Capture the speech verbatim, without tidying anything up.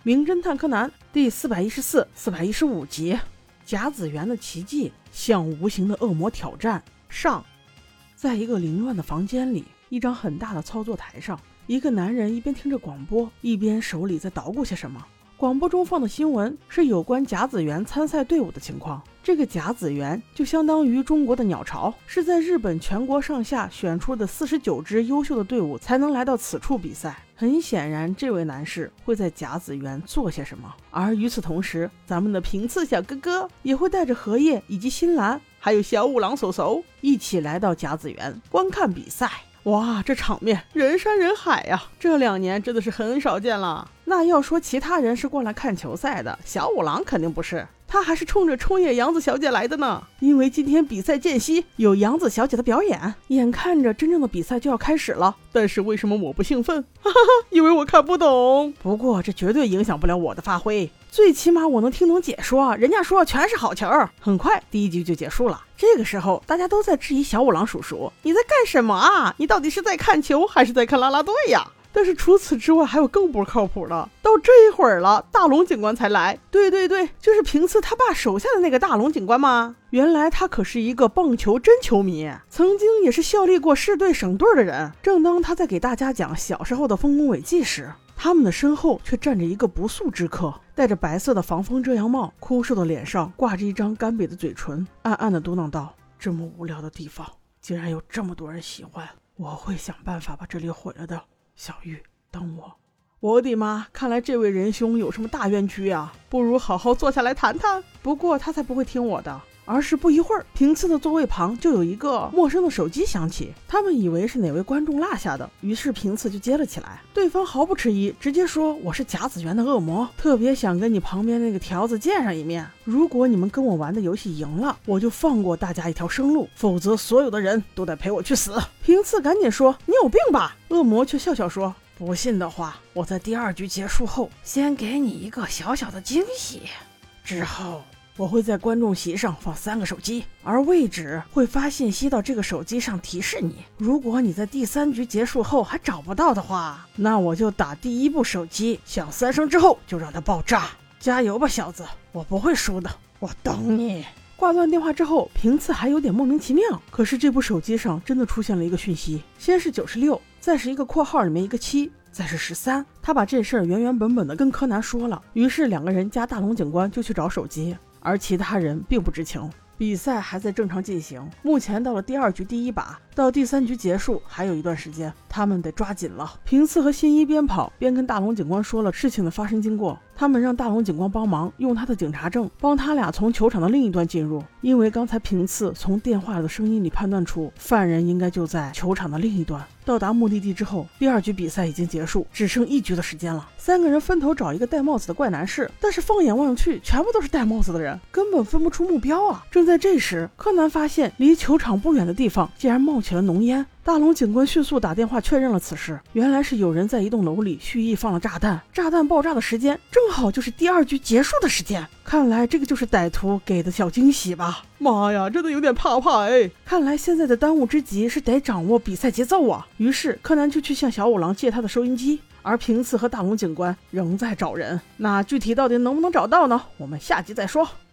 名侦探柯南第四百一十四、四百一十五集，甲子园的奇迹向无形的恶魔挑战上。在一个凌乱的房间里，一张很大的操作台上，一个男人一边听着广播，一边手里在捣鼓些什么。广播中放的新闻是有关甲子园参赛队伍的情况。这个甲子园就相当于中国的鸟巢，是在日本全国上下选出的四十九支优秀的队伍才能来到此处比赛。很显然，这位男士会在甲子园做些什么。而与此同时，咱们的平次小哥哥也会带着荷叶以及新兰还有小五郎嗖嗖一起来到甲子园观看比赛。哇，这场面人山人海呀、啊！这两年真的是很少见了。那要说其他人是过来看球赛的，小五郎肯定不是，他还是冲着冲野洋子小姐来的呢。因为今天比赛间隙有洋子小姐的表演，眼看着真正的比赛就要开始了。但是为什么我不兴奋？哈哈哈，因为我看不懂。不过这绝对影响不了我的发挥，最起码我能听懂解说，人家说全是好球。很快第一局就结束了。这个时候大家都在质疑小五郎叔叔，你在干什么啊？你到底是在看球还是在看啦啦队呀？但是除此之外还有更不靠谱的。到这一会儿了，大龙警官才来。对对对，就是平次他爸手下的那个大龙警官吗？原来他可是一个棒球真球迷，曾经也是效力过市队省队的人。正当他在给大家讲小时候的丰功伟绩时，他们的身后却站着一个不速之客，戴着白色的防风遮阳帽，枯瘦的脸上挂着一张干瘪的嘴唇，暗暗地嘟囔道：这么无聊的地方竟然有这么多人喜欢，我会想办法把这里毁了的。小玉，等我。我的妈，看来这位仁兄有什么大冤屈啊，不如好好坐下来谈谈。不过他才不会听我的。而是不一会儿，平次的座位旁就有一个陌生的手机响起，他们以为是哪位观众落下的，于是平次就接了起来。对方毫不迟疑，直接说：我是甲子园的恶魔，特别想跟你旁边那个条子见上一面。如果你们跟我玩的游戏赢了，我就放过大家一条生路，否则所有的人都得陪我去死。平次赶紧说：你有病吧？恶魔却笑笑说：不信的话，我在第二局结束后先给你一个小小的惊喜，之后我会在观众席上放三个手机，而位置会发信息到这个手机上提示你。如果你在第三局结束后还找不到的话，那我就打第一部手机，响三声之后就让它爆炸。加油吧小子，我不会输的，我等你。挂断电话之后，平次还有点莫名其妙，可是这部手机上真的出现了一个讯息，先是九十六，再是一个括号里面一个七，再是十三。他把这事儿原原本本的跟柯南说了，于是两个人加大龙警官就去找手机，而其他人并不知情。比赛还在正常进行，目前到了第二局第一把，到第三局结束还有一段时间，他们得抓紧了。平次和新一边跑边跟大龙警官说了事情的发生经过，他们让大龙警官帮忙用他的警察证帮他俩从球场的另一端进入，因为刚才平次从电话的声音里判断出犯人应该就在球场的另一端。到达目的地之后，第二局比赛已经结束，只剩一局的时间了。三个人分头找一个戴帽子的怪男士，但是放眼望去全部都是戴帽子的人，根本分不出目标啊。正在这时，柯南发现离球场不远的地方竟然冒起了浓烟。大龙警官迅速打电话确认了此事，原来是有人在一栋楼里蓄意放了炸弹，炸弹爆炸的时间正好就是第二局结束的时间。看来这个就是歹徒给的小惊喜吧。妈呀，真的有点怕怕哎！看来现在的当务之急是得掌握比赛节奏啊。于是柯南就去向小五郎借他的收音机，而平次和大龙警官仍在找人。那具体到底能不能找到呢？我们下集再说。